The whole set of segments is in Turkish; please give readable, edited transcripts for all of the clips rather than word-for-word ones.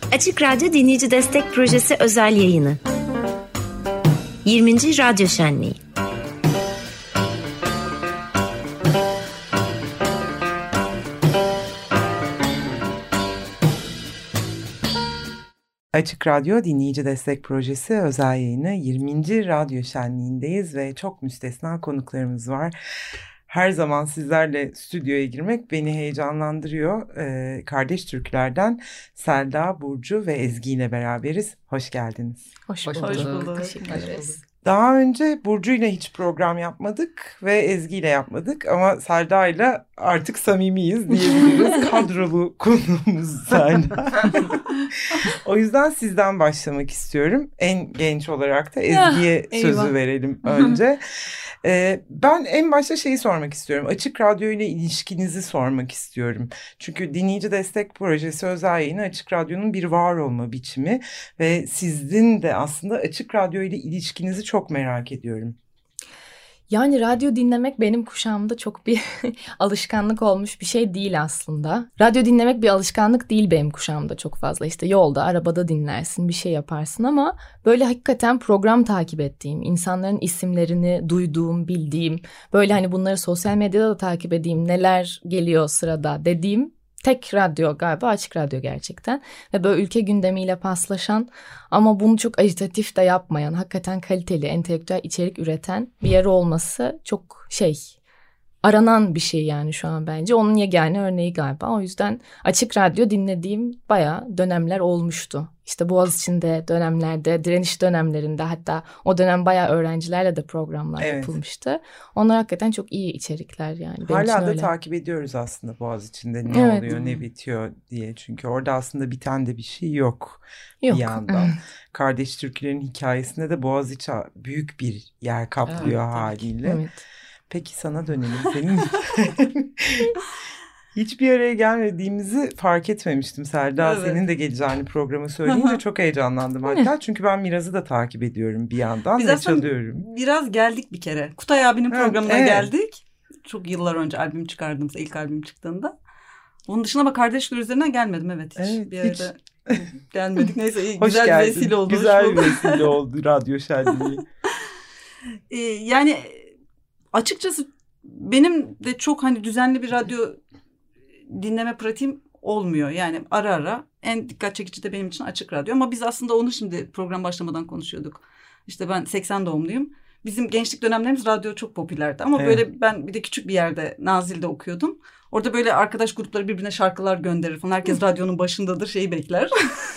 Açık Radyo Dinleyici Destek Projesi özel yayını. 20. Radyo Şenliği. Açık Radyo Dinleyici Destek Projesi özel yayını 20. Radyo Şenliği'ndeyiz ve çok müstesna konuklarımız var. Her zaman sizlerle stüdyoya girmek beni heyecanlandırıyor. Kardeş Türküler'den Selda, Burcu ve Ezgi ile beraberiz. Hoş geldiniz. Hoş bulduk. Teşekkür ederiz. Daha önce Burcu ile hiç program yapmadık ve Ezgi ile yapmadık ama Selda ile artık samimiyiz diyebiliriz. Kadrolu konuğumuz Selda. O yüzden sizden başlamak istiyorum. En genç olarak da Ezgi'ye sözü verelim önce. Ben en başta şeyi sormak istiyorum. Açık Radyo ile ilişkinizi sormak istiyorum. Çünkü Dinleyici Destek Projesi özel yayını Açık Radyo'nun bir var olma biçimi ve sizin de aslında Açık Radyo ile ilişkinizi çok merak ediyorum. Yani radyo dinlemek benim kuşağımda çok bir alışkanlık olmuş bir şey değil aslında. Radyo dinlemek bir alışkanlık değil benim kuşağımda çok fazla. İşte yolda, arabada dinlersin, bir şey yaparsın ama böyle hakikaten program takip ettiğim, insanların isimlerini duyduğum, bildiğim, böyle hani bunları sosyal medyada da takip edeyim, neler geliyor sırada dediğim tek radyo galiba Açık Radyo gerçekten. Ve böyle ülke gündemiyle paslaşan ama bunu çok ajitatif de yapmayan, hakikaten kaliteli, entelektüel içerik üreten bir yer olması çok aranan bir şey yani şu an bence. Onun yegane örneği galiba. O yüzden Açık Radyo dinlediğim bayağı dönemler olmuştu. İşte Boğaziçi'nde dönemlerde, direniş dönemlerinde, hatta o dönem bayağı öğrencilerle de programlar yapılmıştı. Onlar hakikaten çok iyi içerikler yani. Hala da takip ediyoruz aslında Boğaziçi'nde ne oluyor, ne bitiyor diye. Çünkü orada aslında biten de bir şey yok. Bir yandan. Kardeş Türkülerin hikayesinde de Boğaziçi büyük bir yer kaplıyor haliyle. Evet. Peki sana dönelim. Senin hiçbir araya gelmediğimizi fark etmemiştim Selda. Evet. Senin de geleceğini programı söyleyince çok heyecanlandım hatta. Çünkü ben Miraz'ı da takip ediyorum bir yandan ve çalıyorum. Biraz geldik bir kere. Kutay abinin programına geldik. Çok yıllar önce albüm çıkardığımızda, ilk albüm çıktığında. Onun dışında ama Kardeşler üzerinden gelmedim hiç. Bir yerde gelmedik. Neyse güzel bir vesile oldu. Güzel bir vesile oldu radyo şenliği. Yani açıkçası benim de çok hani düzenli bir radyo dinleme pratiğim olmuyor. Yani ara ara en dikkat çekici de benim için Açık Radyo. Ama biz aslında onu şimdi program başlamadan konuşuyorduk. İşte ben 80 doğumluyum. Bizim gençlik dönemlerimiz radyo çok popülerdi. Ama böyle ben bir de küçük bir yerde Nazilli'de okuyordum. Orada böyle arkadaş grupları birbirine şarkılar gönderir falan. Herkes radyonun başındadır, şeyi bekler.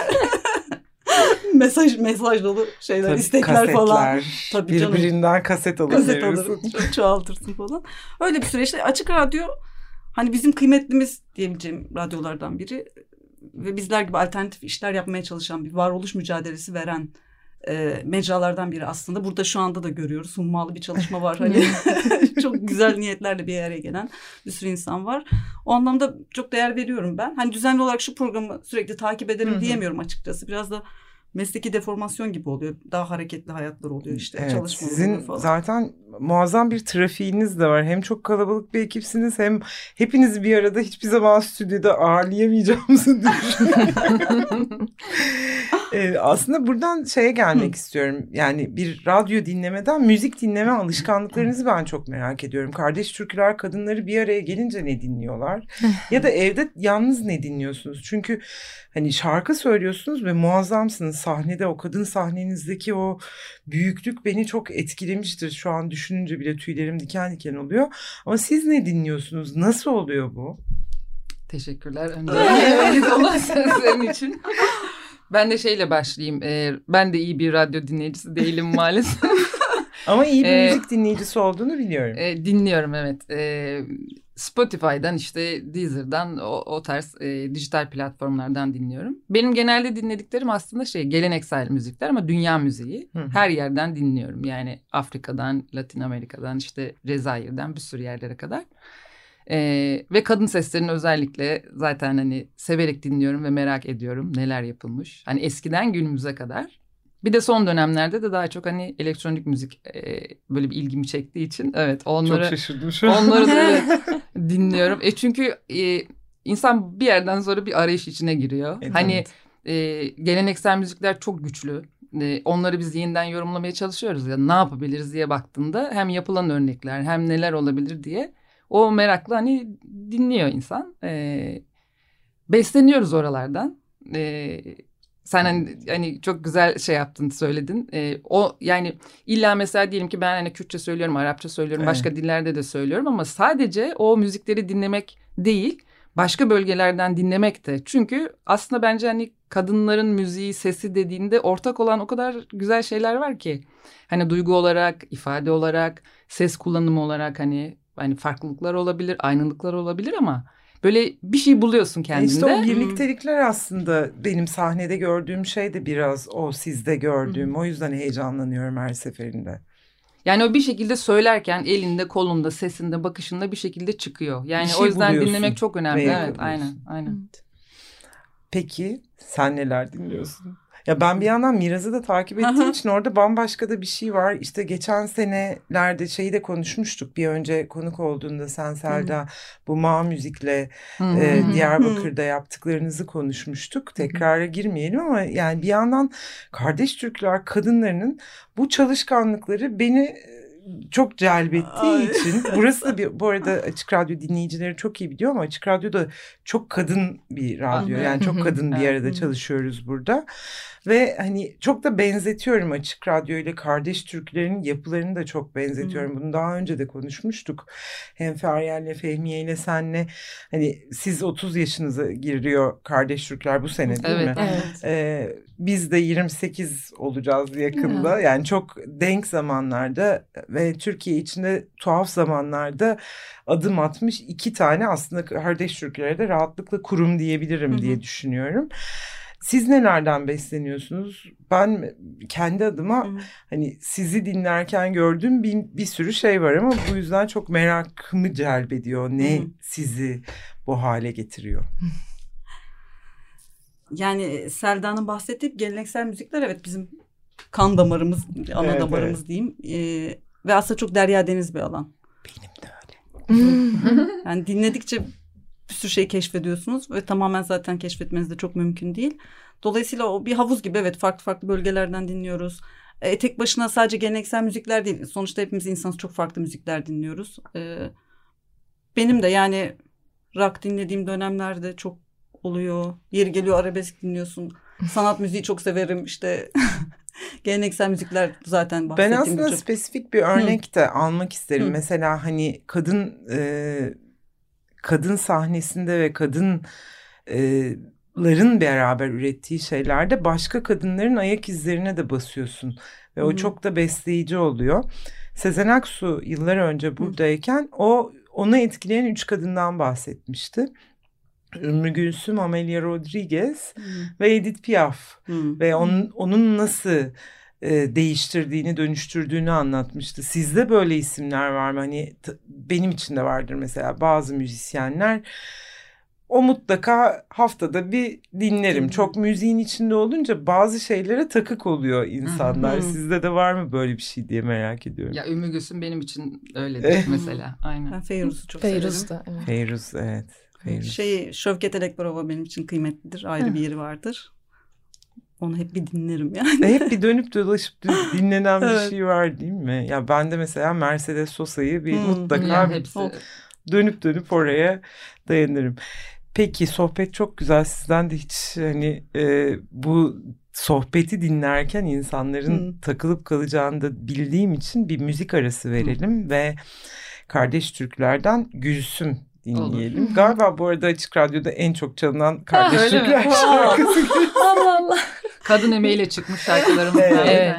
mesaj dolu şeyler, tabii, istekler kasetler, falan. Tabii birbirinden canım. Kaset alırım. Çoğaltırsın falan. Öyle bir süreçte Açık Radyo hani bizim kıymetlimiz diyebileceğim radyolardan biri ve bizler gibi alternatif işler yapmaya çalışan, bir varoluş mücadelesi veren mecralardan biri aslında. Burada şu anda da görüyoruz. Hummalı bir çalışma var. Hani çok güzel niyetlerle bir araya gelen bir sürü insan var. O anlamda çok değer veriyorum ben. Hani düzenli olarak şu programı sürekli takip ederim diyemiyorum açıkçası. Biraz da mesleki deformasyon gibi oluyor. Daha hareketli hayatlar oluyor işte. Evet, çalışmalar sizin falan. Zaten muazzam bir trafiğiniz de var. Hem çok kalabalık bir ekipsiniz hem hepinizi bir arada hiçbir zaman stüdyoda ağırlayamayacağımızı düşünüyorum. Aslında buradan şeye gelmek istiyorum. Yani bir radyo dinlemeden müzik dinleme alışkanlıklarınızı ben çok merak ediyorum. Kardeş Türküler kadınları bir araya gelince ne dinliyorlar? Ya da evde yalnız ne dinliyorsunuz? Çünkü hani şarkı söylüyorsunuz ve muazzamsınız. Sahnede o kadın sahnenizdeki o büyüklük beni çok etkilemiştir. Şu an düşününce bile tüylerim diken diken oluyor. Ama siz ne dinliyorsunuz? Nasıl oluyor bu? Teşekkürler. Önce olan sözlerin için. Ben de şeyle başlayayım. Ben de iyi bir radyo dinleyicisi değilim maalesef. Ama iyi bir müzik dinleyicisi olduğunu biliyorum. Dinliyorum evet. Spotify'dan işte Deezer'dan o tarz dijital platformlardan dinliyorum. Benim genelde dinlediklerim aslında geleneksel müzikler ama dünya müziği. Her yerden dinliyorum. Yani Afrika'dan, Latin Amerika'dan, işte Cezayir'den bir sürü yerlere kadar. Ve kadın seslerini özellikle zaten hani severek dinliyorum ve merak ediyorum neler yapılmış. Hani eskiden günümüze kadar. Bir de son dönemlerde de daha çok hani elektronik müzik böyle bir ilgimi çektiği için evet onları çok şaşırdım şu an. Onları da dinliyorum. Çünkü insan bir yerden sonra bir arayış içine giriyor. Hani geleneksel müzikler çok güçlü. Onları biz yeniden yorumlamaya çalışıyoruz ya, ne yapabiliriz diye baktığında hem yapılan örnekler hem neler olabilir diye o merakla hani dinliyor insan. Besleniyoruz oralardan. Sen hani çok güzel şey yaptın, söyledin. O yani illa mesela diyelim ki ben hani Kürtçe söylüyorum, Arapça söylüyorum, başka dillerde de söylüyorum ama sadece o müzikleri dinlemek değil, başka bölgelerden dinlemek de. Çünkü aslında bence hani kadınların müziği, sesi dediğinde ortak olan o kadar güzel şeyler var ki. Hani duygu olarak, ifade olarak, ses kullanımı olarak hani farklılıklar olabilir, aynılıklar olabilir ama böyle bir şey buluyorsun kendinde. İşte o birliktelikler aslında benim sahnede gördüğüm şey de biraz o sizde gördüğüm. O yüzden heyecanlanıyorum her seferinde. Yani o bir şekilde söylerken elinde, kolunda, sesinde, bakışında bir şekilde çıkıyor. Yani şey o yüzden buluyorsun dinlemek çok önemli. Evet, aynen. Evet. Peki sen neler dinliyorsun? Ya ben bir yandan Miraz'ı da takip ettiğim için orada bambaşka da bir şey var. İşte geçen senelerde şeyi de konuşmuştuk. Bir önce konuk olduğunda sen Selda bu Ma Müzik'le Diyarbakır'da yaptıklarınızı konuşmuştuk. Tekrara girmeyelim ama yani bir yandan kardeş Türkler kadınlarının bu çalışkanlıkları beni çok celbettiği için burası da bu arada Açık Radyo dinleyicileri çok iyi biliyor ama Açık Radyo da çok kadın bir radyo. Yani çok kadın bir arada çalışıyoruz burada. Ve hani çok da benzetiyorum Açık Radyo ile kardeş Türklerin yapılarını da çok benzetiyorum. Bunu daha önce de konuşmuştuk. Hem Feryal'le, Fehmiye ile senle hani siz 30 yaşınıza giriyor kardeş Türkler bu sene değil mi? Evet. Biz de 28 olacağız yakında. Yani çok denk zamanlarda ve Türkiye içinde tuhaf zamanlarda adım atmış 2 tane aslında kardeş Türklere de rahatlıkla kurum diyebilirim diye düşünüyorum. Siz nelerden besleniyorsunuz? Ben kendi adıma hani sizi dinlerken gördüğüm bir sürü şey var ama bu yüzden çok merakımı celbediyor. Ne sizi bu hale getiriyor? Yani Selda'nın bahsettiği geleneksel müzikler evet bizim kan damarımız, ana damarımız diyeyim. Ve aslında çok derya deniz bir alan. Benim de öyle. Yani dinledikçe bir sürü şey keşfediyorsunuz ve tamamen zaten keşfetmeniz de çok mümkün değil. Dolayısıyla o bir havuz gibi evet farklı bölgelerden dinliyoruz. Tek başına sadece geleneksel müzikler değil. Sonuçta hepimiz insanız, çok farklı müzikler dinliyoruz. Benim de yani rock dinlediğim dönemlerde çok oluyor. Yeri geliyor arabesk dinliyorsun. Sanat müziği çok severim işte. Geleneksel müzikler zaten bahsettiğim Ben aslında çok spesifik bir örnek de almak isterim. Mesela hani kadın sahnesinde ve kadınların beraber ürettiği şeylerde başka kadınların ayak izlerine de basıyorsun. Ve o çok da besleyici oluyor. Sezen Aksu yıllar önce buradayken onu etkileyen 3 kadından bahsetmişti. Ümmü Gülsüm, Amelia Rodriguez ve Edith Piaf. Ve onun nasıl değiştirdiğini, dönüştürdüğünü anlatmıştı. Sizde böyle isimler var mı? Hani benim için de vardır mesela bazı müzisyenler. O mutlaka haftada bir dinlerim. Çok müziğin içinde olunca bazı şeylere takık oluyor insanlar. Sizde de var mı böyle bir şey diye merak ediyorum. Ya Ümmü Gülsüm benim için öyledir mesela. Aynen. Ben Feyruz'u çok severim. Feyruz evet. Şevket Elekberova benim için kıymetlidir. Ayrı bir yeri vardır. Onu hep bir dinlerim yani. Hep bir dönüp dolaşıp dinlenen bir şey var değil mi? Ya ben de mesela Mercedes Sosa'yı bir mutlaka dönüp oraya dayanırım. Peki sohbet çok güzel. Sizden de hiç hani bu sohbeti dinlerken insanların takılıp kalacağını da bildiğim için bir müzik arası verelim ve kardeş Türklerden Gülsüm dinleyelim. Olur. Galiba bu arada Açık Radyo'da en çok çalınan kardeş Türkler şarkısı. Allah Allah. Kadın emeğiyle çıkmış şarkılarımız. Evet.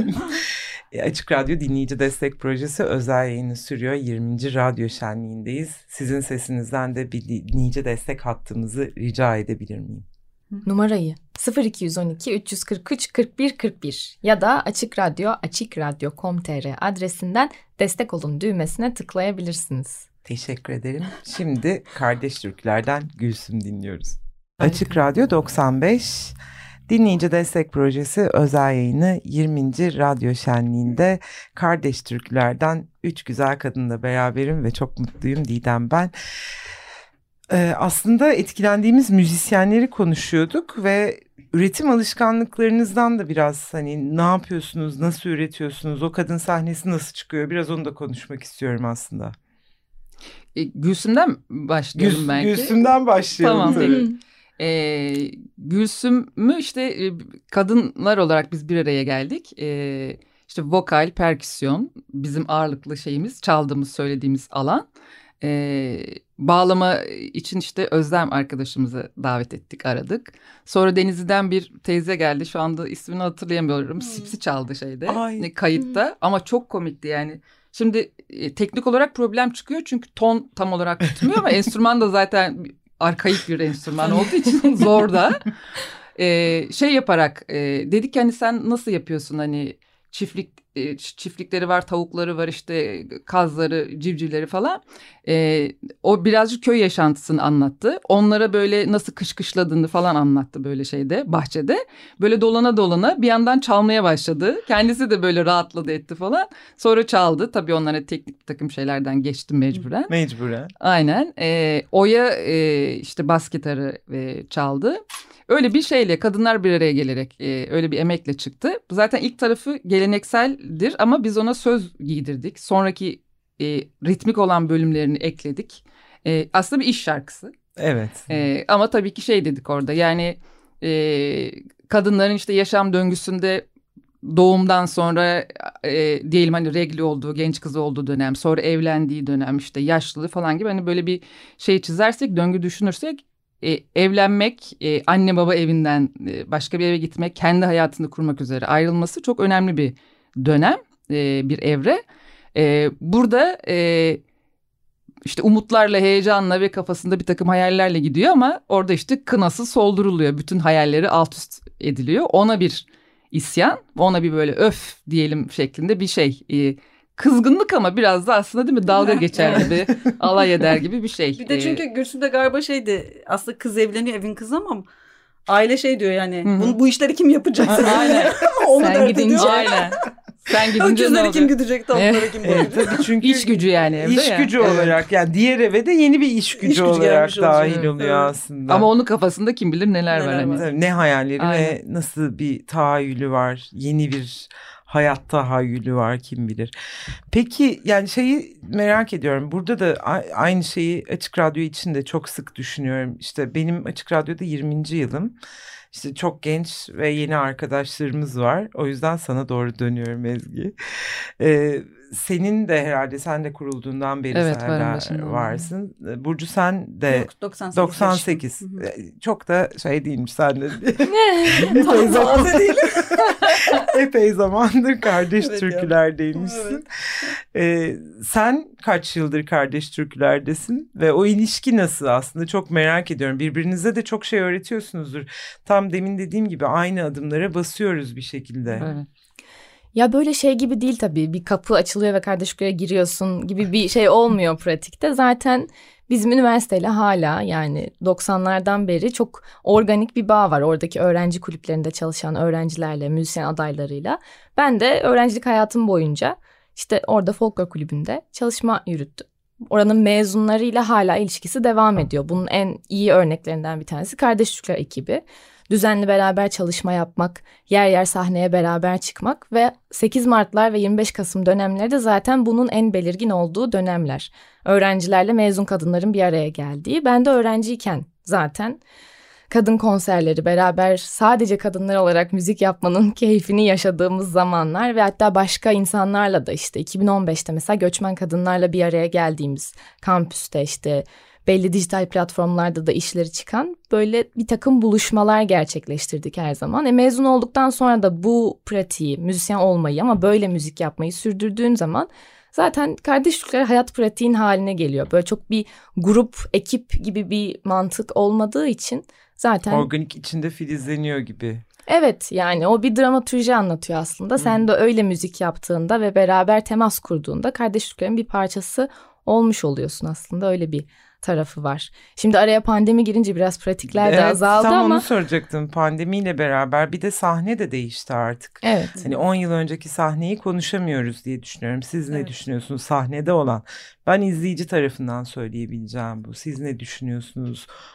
Açık Radyo Dinleyici Destek Projesi özel yayını sürüyor. 20. Radyo Şenliği'ndeyiz. Sizin sesinizden de bir dinleyici destek hattımızı rica edebilir miyim? Numarayı 0212 343 41 41 ya da açikradyo.com.tr adresinden destek olun düğmesine tıklayabilirsiniz. Teşekkür ederim. Şimdi Kardeş Türklerden Gülsüm dinliyoruz. Açık Radyo 95 Dinleyici Destek Projesi özel yayını 20. Radyo Şenliği'nde Kardeş Türklerden 3 güzel kadınla beraberim ve çok mutluyum. Didem ben. Aslında etkilendiğimiz müzisyenleri konuşuyorduk ve üretim alışkanlıklarınızdan da biraz hani ne yapıyorsunuz, nasıl üretiyorsunuz, o kadın sahnesi nasıl çıkıyor? Biraz onu da konuşmak istiyorum aslında. Gülsüm'den başlayalım belki. Gülsüm'den başlayalım. Tamam. Tabii. Gülsüm'ü işte kadınlar olarak biz bir araya geldik. İşte vokal, perküsyon bizim ağırlıklı şeyimiz, çaldığımız, söylediğimiz alan. Bağlama için işte Özlem arkadaşımızı davet ettik, aradık. Sonra Denizli'den bir teyze geldi. Şu anda ismini hatırlayamıyorum. Sipsi çaldı kayıtta ama çok komikti yani. Şimdi teknik olarak problem çıkıyor çünkü ton tam olarak tutmuyor ama enstrüman da zaten arkaik bir enstrüman olduğu için zor da. Yaparak dedik hani sen nasıl yapıyorsun hani çiftlikleri var, tavukları var, işte kazları, civcivleri falan. O birazcık köy yaşantısını anlattı. Onlara böyle nasıl kışkışladığını falan anlattı böyle bahçede. Böyle dolana dolana bir yandan çalmaya başladı. Kendisi de böyle rahatladı etti falan. Sonra çaldı. Tabii onlara teknik bir takım şeylerden geçti mecburen. Mecburen. Aynen. Oya işte bas gitarı çaldı. Öyle bir şeyle kadınlar bir araya gelerek öyle bir emekle çıktı. Zaten ilk tarafı gelenekseldir ama biz ona söz giydirdik. Sonraki ritmik olan bölümlerini ekledik. Aslında bir iş şarkısı. Evet. Ama tabii ki dedik orada yani kadınların işte yaşam döngüsünde doğumdan sonra diyelim hani regli olduğu, genç kızı olduğu dönem, sonra evlendiği dönem, işte yaşlılığı falan gibi hani böyle bir şey çizersek, döngü düşünürsek evlenmek, anne baba evinden başka bir eve gitmek, kendi hayatını kurmak üzere ayrılması çok önemli bir dönem, bir evre. Burada işte umutlarla, heyecanla ve kafasında bir takım hayallerle gidiyor ama orada işte kınası solduruluyor. Bütün hayalleri alt üst ediliyor. Ona bir isyan, ona bir böyle öf diyelim şeklinde bir şey. Kızgınlık ama biraz da aslında değil mi dalga geçer gibi, alay eder gibi bir şey. Bir de çünkü Gülsüm'de galiba aslında kız evleniyor, evin kızı ama aile diyor yani bu işleri kim yapacak? Aynen. Onu sen gidince. Aynen. Sen gidince öküzleri kim güdecek, tavukları kim bakacak? Tabii çünkü İş gücü yani evde İş gücü olarak yani diğer eve de yeni bir iş gücü olarak dahil oluyor aslında. Ama onun kafasında kim bilir neler var. Hani. Tabii, ne hayalleri Aynen. ve nasıl bir tahayyülü var. Yeni bir hayat tahayyülü var, kim bilir. Peki yani merak ediyorum. Burada da aynı şeyi Açık Radyo için de çok sık düşünüyorum. İşte benim Açık Radyo'da 20. yılım. İşte çok genç ve yeni arkadaşlarımız var. O yüzden sana doğru dönüyorum Ezgi. Senin de herhalde, sen de kurulduğundan beri varsın. Burcu sen de Yok, 98. Çok da değilmiş sen de. Epey zamandır Kardeş Türküler'deymişsin. Evet. Sen kaç yıldır Kardeş Türküler'desin ve o ilişki nasıl aslında, çok merak ediyorum. Birbirinize de çok şey öğretiyorsunuzdur. Tam demin dediğim gibi aynı adımlara basıyoruz bir şekilde. Evet. Ya böyle gibi değil tabii, bir kapı açılıyor ve Kardeş Türküler'e giriyorsun gibi bir şey olmuyor pratikte. Zaten bizim üniversiteyle hala yani 90'lardan beri çok organik bir bağ var. Oradaki öğrenci kulüplerinde çalışan öğrencilerle, müzisyen adaylarıyla. Ben de öğrencilik hayatım boyunca işte orada folklor kulübünde çalışma yürüttüm. Oranın mezunlarıyla hala ilişkisi devam ediyor. Bunun en iyi örneklerinden bir tanesi Kardeş Türküler ekibi. Düzenli beraber çalışma yapmak, yer yer sahneye beraber çıkmak ve 8 Martlar ve 25 Kasım dönemleri de zaten bunun en belirgin olduğu dönemler. Öğrencilerle mezun kadınların bir araya geldiği. Ben de öğrenciyken zaten kadın konserleri, beraber sadece kadınlar olarak müzik yapmanın keyfini yaşadığımız zamanlar ve hatta başka insanlarla da işte 2015'te mesela göçmen kadınlarla bir araya geldiğimiz kampüste işte belli dijital platformlarda da işleri çıkan böyle bir takım buluşmalar gerçekleştirdik her zaman. Mezun olduktan sonra da bu pratiği, müzisyen olmayı ama böyle müzik yapmayı sürdürdüğün zaman zaten Kardeş Türküler hayat pratiğin haline geliyor. Böyle çok bir grup, ekip gibi bir mantık olmadığı için zaten... Organik içinde filizleniyor gibi. Evet, yani o bir dramatürji anlatıyor aslında. Sen de öyle müzik yaptığında ve beraber temas kurduğunda Kardeş Türküler'in bir parçası olmuş oluyorsun aslında, öyle bir tarafı var. Şimdi araya pandemi girince biraz pratikler de azaldı ama. Tam onu soracaktım. Pandemiyle beraber bir de sahne de değişti artık. Evet. Hani 10 yıl önceki sahneyi konuşamıyoruz diye düşünüyorum. Siz ne düşünüyorsunuz sahnede olan? Ben izleyici tarafından söyleyebileceğim bu. Siz ne düşünüyorsunuz?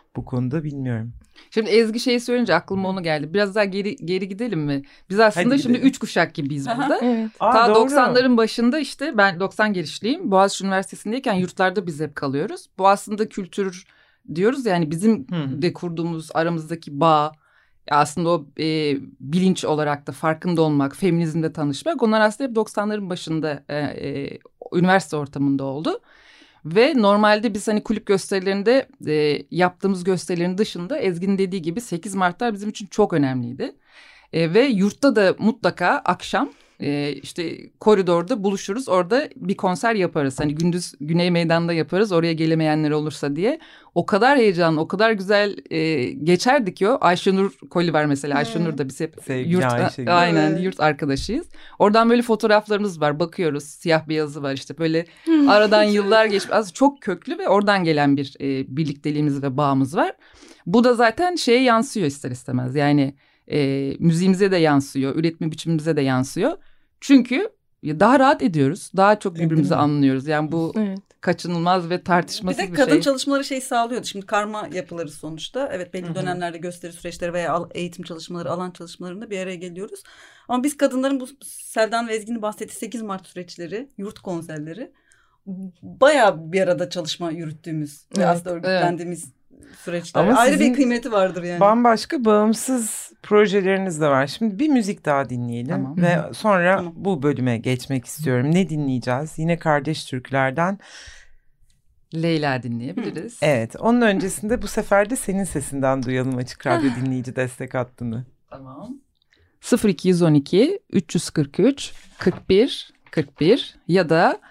bu konuda bilmiyorum. Şimdi Ezgi şeyi söyleyince aklıma onu geldi. Biraz daha geri gidelim mi? Biz aslında Hadi şimdi gidelim. 3 kuşak gibiyiz burada. Evet. Ta doğru. 90'ların başında işte ben 90 girişliyim. Boğaziçi Üniversitesi'ndeyken yurtlarda biz hep kalıyoruz. Bu aslında kültür diyoruz yani bizim de kurduğumuz aramızdaki bağ. Aslında o bilinç olarak da farkında olmak, feminizmde tanışmak. Onlar aslında hep 90'ların başında üniversite ortamında oldu. Ve normalde biz hani kulüp gösterilerinde yaptığımız gösterilerin dışında Ezgi'nin dediği gibi 8 Mart'lar bizim için çok önemliydi. Ve yurtta da mutlaka akşam işte koridorda buluşuruz. Orada bir konser yaparız. Hani gündüz Güney Meydan'da yaparız. Oraya gelemeyenler olursa diye. O kadar heyecanlı, o kadar güzel geçerdik ki o. Ayşenur Koli var mesela. Ayşenur da biz hep yurt arkadaşıyız. Oradan böyle fotoğraflarımız var. Bakıyoruz. Siyah beyazı var işte böyle aradan yıllar geçmiş. Aslında çok köklü ve oradan gelen bir birlikteliğimiz ve bağımız var. Bu da zaten şeye yansıyor ister istemez. Yani müziğimize de yansıyor, üretme biçimimize de yansıyor. Çünkü daha rahat ediyoruz, daha çok birbirimizi anlıyoruz. Yani bu kaçınılmaz ve tartışmasız bir şey. Bir de kadın çalışmaları şey sağlıyordu. Şimdi karma yapıları sonuçta. Evet belli dönemlerde gösteri süreçleri veya eğitim çalışmaları, alan çalışmalarında bir araya geliyoruz. Ama biz kadınların bu Seldan ve Ezgi'nin bahsettiği 8 Mart süreçleri, yurt konserleri bayağı bir arada çalışma yürüttüğümüz ve aslında örgütlendiğimiz süreçler. Ama ayrı bir kıymeti vardır yani. Bambaşka bağımsız projeleriniz de var. Şimdi bir müzik daha dinleyelim ve sonra bu bölüme geçmek istiyorum. Ne dinleyeceğiz? Yine Kardeş Türküler'den Leyla dinleyebiliriz. Evet. Onun öncesinde bu sefer de senin sesinden duyalım Açık Radyo dinleyici destek hattını. Tamam. 0212 343 41 41 ya da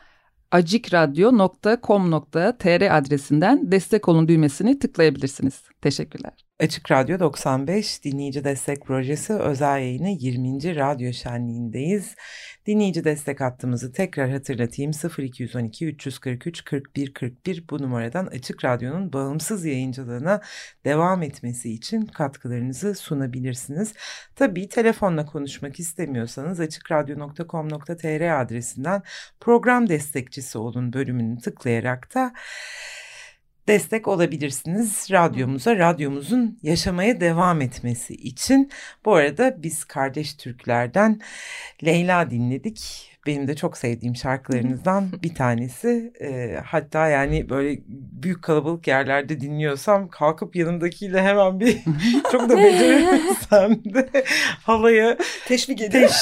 acikradyo.com.tr adresinden destek olun düğmesini tıklayabilirsiniz. Teşekkürler. Açık Radyo 95 Dinleyici Destek Projesi özel yayını 20. Radyo Şenliği'ndeyiz. Dinleyici destek hattımızı tekrar hatırlatayım. 0212 343 41 41 bu numaradan Açık Radyo'nun bağımsız yayıncılığına devam etmesi için katkılarınızı sunabilirsiniz. Tabii telefonla konuşmak istemiyorsanız açikradyo.com.tr adresinden program destekçisi olun bölümünü tıklayarak da destek olabilirsiniz radyomuza, radyomuzun yaşamaya devam etmesi için. Bu arada biz Kardeş Türküler'den Leyla dinledik. Benim de çok sevdiğim şarkılarınızdan bir tanesi. Hatta yani böyle büyük kalabalık yerlerde dinliyorsam kalkıp yanımdakiyle hemen bir çok da beceremezsem de halaya teşvik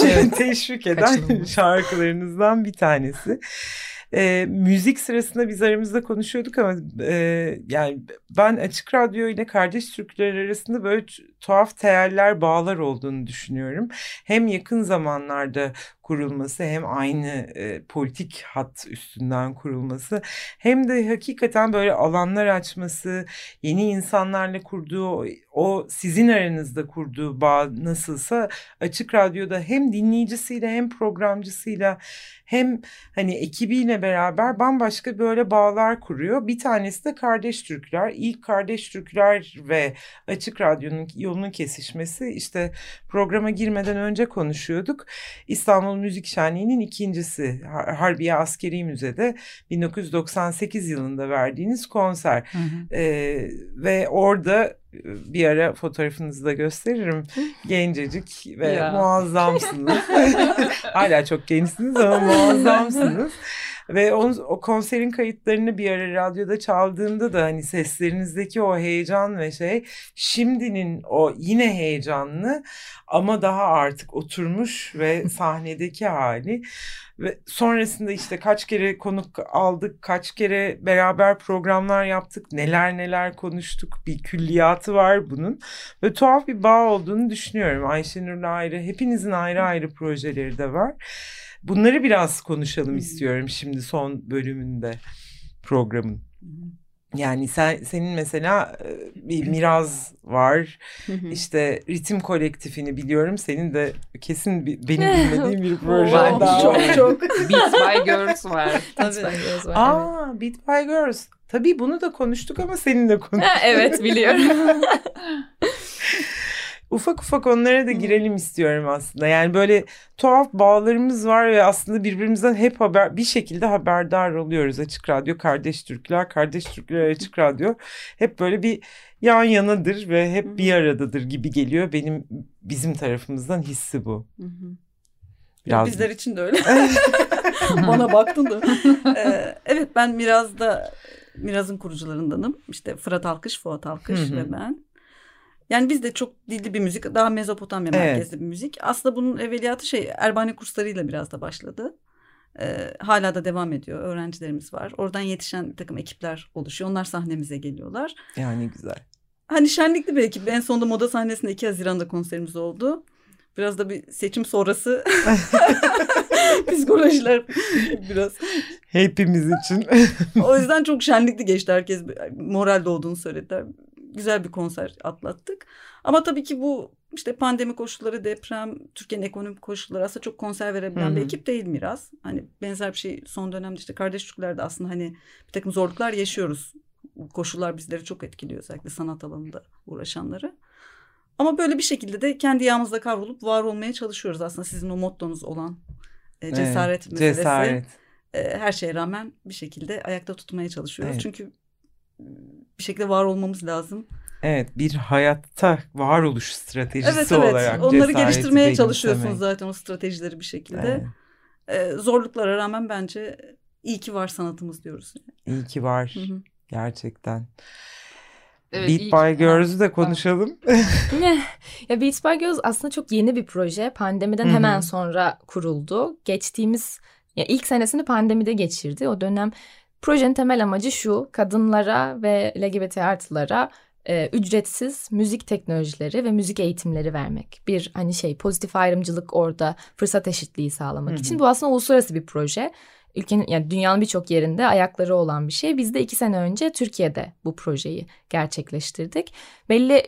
eden şarkılarınızdan bir tanesi. Müzik sırasında biz aramızda konuşuyorduk ama yani ben Açık Radyo ile Kardeş Türküler arasında böyle tuhaf teyeller, bağlar olduğunu düşünüyorum. Hem yakın zamanlarda kurulması hem aynı politik hat üstünden kurulması hem de hakikaten böyle alanlar açması, yeni insanlarla kurduğu o sizin aranızda kurduğu bağ nasılsa Açık Radyo'da hem dinleyicisiyle hem programcısıyla hem hani ekibiyle beraber bambaşka böyle bağlar kuruyor. Bir tanesi de Kardeş Türküler. İlk Kardeş Türküler ve Açık Radyo'nun yolunun kesişmesi işte programa girmeden önce konuşuyorduk. İstanbul Müzik Şenliği'nin ikincisi Harbiye Askeri Müze'de 1998 yılında verdiğiniz konser. Ve orada bir ara fotoğrafınızı da gösteririm. Gencecik ve muazzamsınız. Hala çok gençsiniz ama muazzamsınız. Ve o konserin kayıtlarını bir ara radyoda çaldığımda da hani seslerinizdeki o heyecan ve şimdinin o yine heyecanlı ama daha artık oturmuş ve sahnedeki hali ve sonrasında işte kaç kere konuk aldık, kaç kere beraber programlar yaptık, neler konuştuk, bir külliyatı var bunun ve tuhaf bir bağ olduğunu düşünüyorum. Ayşenur'la ayrı, hepinizin ayrı ayrı projeleri de var. Bunları biraz konuşalım istiyorum şimdi son bölümünde programın. Yani senin mesela bir Miraz var. İşte Ritim Kolektifini biliyorum. Senin de kesin benim bilmediğim bir proje daha var. Çok. Beats by Girls var. Beats by Girls var. Beats by Girls. Tabii bunu da konuştuk ama seninle konuştuk. Evet biliyorum. ufak ufak onlara da girelim istiyorum aslında. Yani böyle tuhaf bağlarımız var ve aslında birbirimizden hep bir şekilde haberdar oluyoruz. Açık Radyo, Kardeş Türküler, Kardeş Türküler, Açık Radyo hep böyle bir yan yanadır ve hep bir aradadır gibi geliyor. Bizim tarafımızdan hissi bu. Biraz... Bizler için de öyle. Bana baktın da. Evet, ben Miraz'ın kurucularındanım. İşte Fırat Alkış, Fuat Alkış ve ben. Yani biz de çok dilli bir müzik, daha Mezopotamya merkezli bir müzik. Aslında bunun evveliyatı Erbani kurslarıyla biraz da başladı. Hala da devam ediyor. Öğrencilerimiz var. Oradan yetişen bir takım ekipler oluşuyor. Onlar sahnemize geliyorlar. Yani güzel. Hani şenlikli bir ekip. En sonunda Moda sahnesinde 2 Haziran'da konserimiz oldu. Biraz da bir seçim sonrası psikolojiler biraz. Hepimiz için. O yüzden çok şenlikli geçti. Herkes moralde olduğunu söylediler. Güzel bir konser atlattık. Ama tabii ki bu işte pandemi koşulları, deprem, Türkiye'nin ekonomik koşulları aslında çok konser verebilen bir ekip değil Miraz. Hani benzer bir şey son dönemde işte Kardeş Türküler'de aslında hani bir takım zorluklar yaşıyoruz. Koşullar bizleri çok etkiliyor, özellikle sanat alanında uğraşanları. Ama böyle bir şekilde de kendi yağımızda kavrulup var olmaya çalışıyoruz. Aslında sizin o mottonuz olan cesaret meselesi. Cesaret. Her şeye rağmen bir şekilde ayakta tutmaya çalışıyoruz. Evet. Çünkü bir şekilde var olmamız lazım. Evet, bir hayatta varoluş stratejisi olarak onları geliştirmeye çalışıyorsunuz zaten, o stratejileri bir şekilde. Evet. Zorluklara rağmen bence iyi ki var sanatımız diyoruz. İyi ki var. Hı-hı. Gerçekten. Evet, Beat by Girls'ü de konuşalım. Ya Beat by Girls aslında çok yeni bir proje. Pandemiden hemen sonra kuruldu. İlk senesini pandemide geçirdi. O dönem projenin temel amacı şu: kadınlara ve LGBT artılara ücretsiz müzik teknolojileri ve müzik eğitimleri vermek. Bir pozitif ayrımcılık, orada fırsat eşitliği sağlamak için. Bu aslında uluslararası bir proje. Yani dünyanın birçok yerinde ayakları olan bir şey. Biz de 2 sene önce Türkiye'de bu projeyi gerçekleştirdik. Belli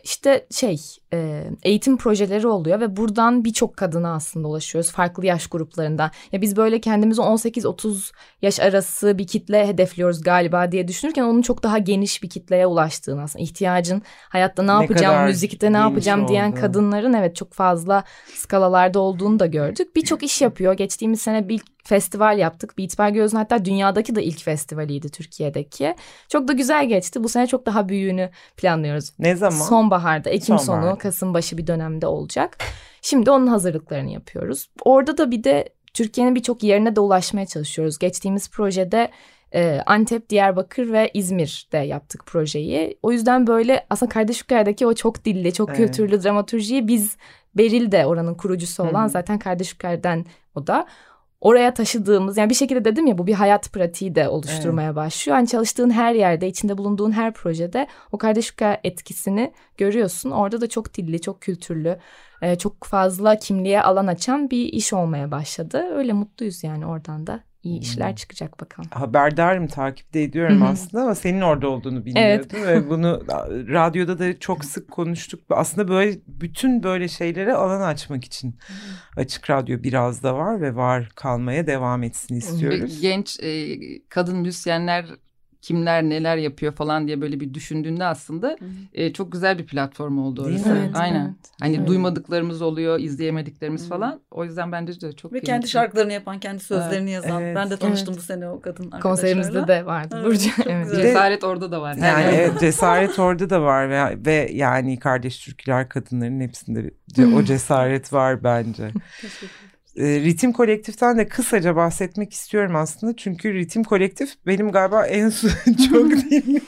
eğitim projeleri oluyor ve buradan birçok kadına aslında ulaşıyoruz. Farklı yaş gruplarında. Ya biz böyle kendimizi 18-30 yaş arası bir kitle hedefliyoruz galiba diye düşünürken onun çok daha geniş bir kitleye ulaştığını, aslında ihtiyacın hayatta ne yapacağım, müzikte ne yapacağım diyen kadınların çok fazla skalalarda olduğunu da gördük. Birçok iş yapıyor. Geçtiğimiz sene bir festival yaptık. Beat by Girls'ün hatta dünyadaki de ilk festivaliydi, Türkiye'deki. Çok da güzel geçti. Bu sene çok daha büyüğünü planlıyoruz. Ne zaman? Sonbaharda, Ekim sonu, Kasım başı bir dönemde olacak. Şimdi onun hazırlıklarını yapıyoruz. Orada da bir de Türkiye'nin birçok yerine de ulaşmaya çalışıyoruz. Geçtiğimiz projede Antep, Diyarbakır ve İzmir'de yaptık projeyi. O yüzden böyle aslında Kardeş Türküler'deki o çok dilli, çok kültürlü dramaturjiyi biz, Beril de oranın kurucusu olan zaten Kardeş Türküler'den o da. Oraya taşıdığımız, yani bir şekilde dedim ya, bu bir hayat pratiği de oluşturmaya başlıyor. Yani çalıştığın her yerde, içinde bulunduğun her projede o Kardeş Türküler etkisini görüyorsun. Orada da çok dilli, çok kültürlü, çok fazla kimliğe alan açan bir iş olmaya başladı. Öyle mutluyuz yani, oradan da iyi işler çıkacak bakalım. Haberdarım, takipte ediyorum aslında ama senin orada olduğunu bilmiyordum. Ve bunu radyoda da çok sık konuştuk. Aslında böyle bütün böyle şeylere alan açmak için Açık Radyo biraz da var ve var kalmaya devam etsin istiyoruz. Genç kadın müzisyenler kimler neler yapıyor falan diye böyle bir düşündüğünde aslında çok güzel bir platform oldu orası. Evet, aynen. Evet. Hani duymadıklarımız oluyor, izleyemediklerimiz falan. O yüzden bence de çok ve kendi şarkılarını yapan, kendi sözlerini yazan. Evet. Ben de tanıştım bu sene o kadın arkadaşlarla. Konserimizde de vardı Burcu. Evet. Cesaret orada da var. Yani cesaret orada da var ve yani Kardeş Türküler kadınların hepsinde o cesaret var bence. Teşekkür ederim. Ritim Kolektif'ten de kısaca bahsetmek istiyorum aslında. Çünkü Ritim Kolektif benim galiba en çok dinlediğim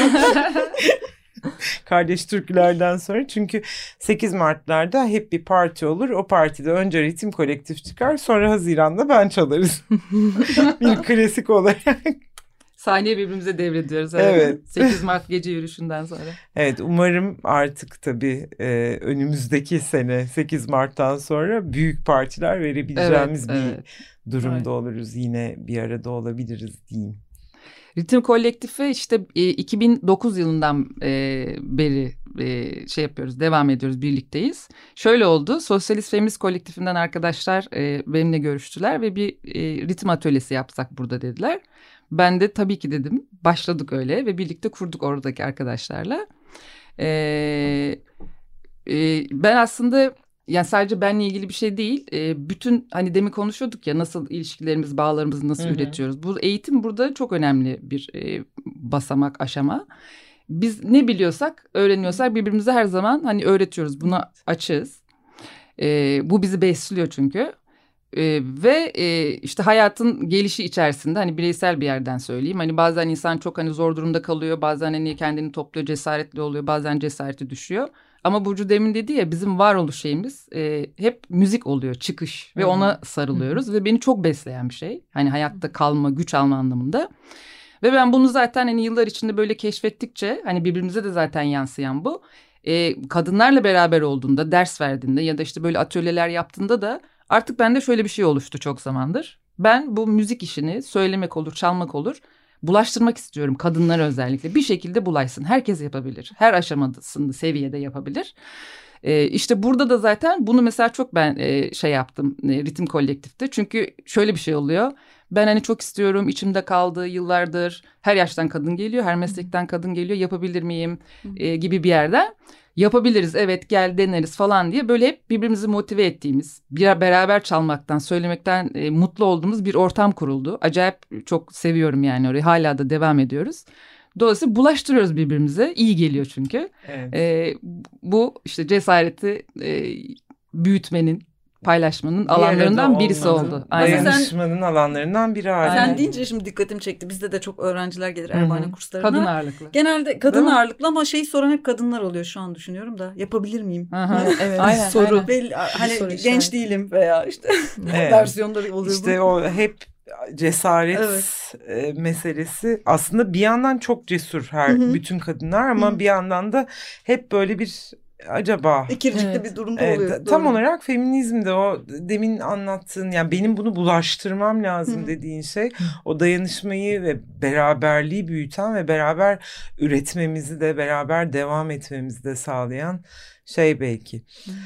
Kardeş Türküler'den sonra. Çünkü 8 Mart'larda hep bir parti olur. O partide önce Ritim Kolektif çıkar, sonra Haziran'da ben çalarız. Bir klasik olarak. Sahneyi birbirimize devrediyoruz. Evet. 8 Mart gece yürüyüşünden sonra. Evet, umarım artık tabii önümüzdeki sene 8 Mart'tan sonra büyük partiler verebileceğimiz bir durumda oluruz. Yine bir arada olabiliriz diyeyim. Ritim Kolektifi işte 2009 yılından beri yapıyoruz, devam ediyoruz, birlikteyiz. Şöyle oldu, Sosyalist Feminist Kolektifinden arkadaşlar benimle görüştüler ve bir ritim atölyesi yapsak burada dediler. Ben de tabii ki dedim, başladık öyle ve birlikte kurduk oradaki arkadaşlarla. Ben aslında yani sadece benle ilgili bir şey değil. Bütün hani demin konuşuyorduk ya nasıl ilişkilerimiz, bağlarımızı nasıl üretiyoruz. Bu eğitim burada çok önemli bir basamak, aşama. Biz ne biliyorsak, öğreniyorsak birbirimize her zaman hani öğretiyoruz. Buna açığız. Bu bizi besliyor çünkü. Ve işte hayatın gelişi içerisinde hani bireysel bir yerden söyleyeyim. Hani bazen insan çok hani zor durumda kalıyor. Bazen hani kendini topluyor, cesaretli oluyor. Bazen cesareti düşüyor. Ama Burcu demin dedi ya bizim varoluş şeyimiz hep müzik oluyor, çıkış. Ve ona sarılıyoruz. Ve beni çok besleyen bir şey. Hani hayatta kalma, güç alma anlamında. Ve ben bunu zaten hani yıllar içinde böyle keşfettikçe hani birbirimize de zaten yansıyan bu. Kadınlarla beraber olduğunda, ders verdiğinde ya da işte böyle atölyeler yaptığında da artık bende şöyle bir şey oluştu çok zamandır. Ben bu müzik işini söylemek olur, çalmak olur, bulaştırmak istiyorum kadınlara özellikle. Bir şekilde bulaşsın. Herkes yapabilir. Her aşamasında, seviyede yapabilir. İşte burada da zaten bunu mesela çok ben şey yaptım Ritim Kolektif'te. Çünkü şöyle bir şey oluyor. Ben hani çok istiyorum, içimde kaldı yıllardır. Her yaştan kadın geliyor, her meslekten kadın geliyor. Yapabilir miyim gibi bir yerden. Yapabiliriz, evet gel deneriz falan diye böyle hep birbirimizi motive ettiğimiz, beraber çalmaktan, söylemekten mutlu olduğumuz bir ortam kuruldu. Acayip çok seviyorum yani orayı, hala da devam ediyoruz. Dolayısıyla bulaştırıyoruz birbirimize, iyi geliyor çünkü. Evet. Bu işte cesareti büyütmenin, paylaşmanın alanlarından birisi oldu. Dayanışmanın alanlarından biri haline. Sen deyince şimdi dikkatimi çekti. Bizde de çok öğrenciler gelir Erbahane kurslarına. Kadın ağırlıklı. Genelde kadın ağırlıklı ama şeyi soran hep kadınlar oluyor şu an düşünüyorum da. Yapabilir miyim? Evet. Aynen, soru. aynen. Belli, hani soru genç işareti. değilim veya işte versiyonları oluyor. İşte o hep cesaret meselesi aslında bir yandan çok cesur bütün kadınlar ama bir yandan da hep böyle bir acaba ikircikli bir durumda oluyor. Tam olarak feminizmde o demin anlattığın yani benim bunu bulaştırmam lazım dediğin şey o dayanışmayı ve beraberliği büyüten ve beraber üretmemizi de beraber devam etmemizi de sağlayan şey belki.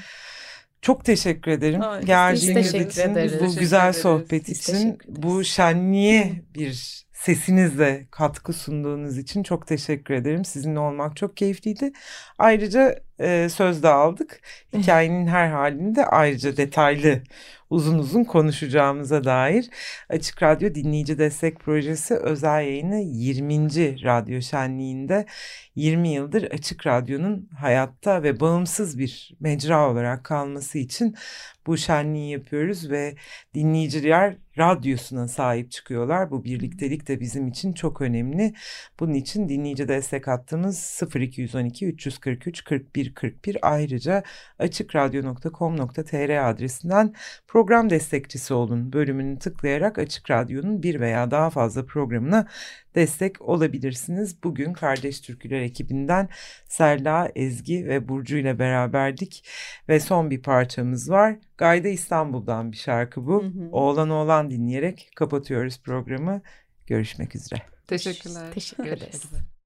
Çok teşekkür ederim geldiğiniz için, bu güzel sohbet için, bu şenliğe bir sesinizle katkı sunduğunuz için çok teşekkür ederim. Sizinle olmak çok keyifliydi. Ayrıca söz de aldık. Hikayenin her halinde ayrıca detaylı uzun uzun konuşacağımıza dair. Açık Radyo Dinleyici Destek Projesi özel yayını 20. Radyo Şenliği'nde 20 yıldır Açık Radyo'nun hayatta ve bağımsız bir mecra olarak kalması için bu şenliği yapıyoruz ve dinleyiciler radyosuna sahip çıkıyorlar. Bu birliktelik de bizim için çok önemli. Bunun için dinleyici destek hattımız 0212 343 41 41. Ayrıca açıkradyo.com.tr adresinden program destekçisi olun bölümünü tıklayarak Açık Radyo'nun bir veya daha fazla programına destek olabilirsiniz. Bugün Kardeş Türküler ekibinden Serla, Ezgi ve Burcu ile beraberdik ve son bir parçamız var. Gayda İstanbul'dan bir şarkı bu. Oğlan Oğlan dinleyerek kapatıyoruz programı. Görüşmek üzere. Teşekkürler. Teşekkür ederiz.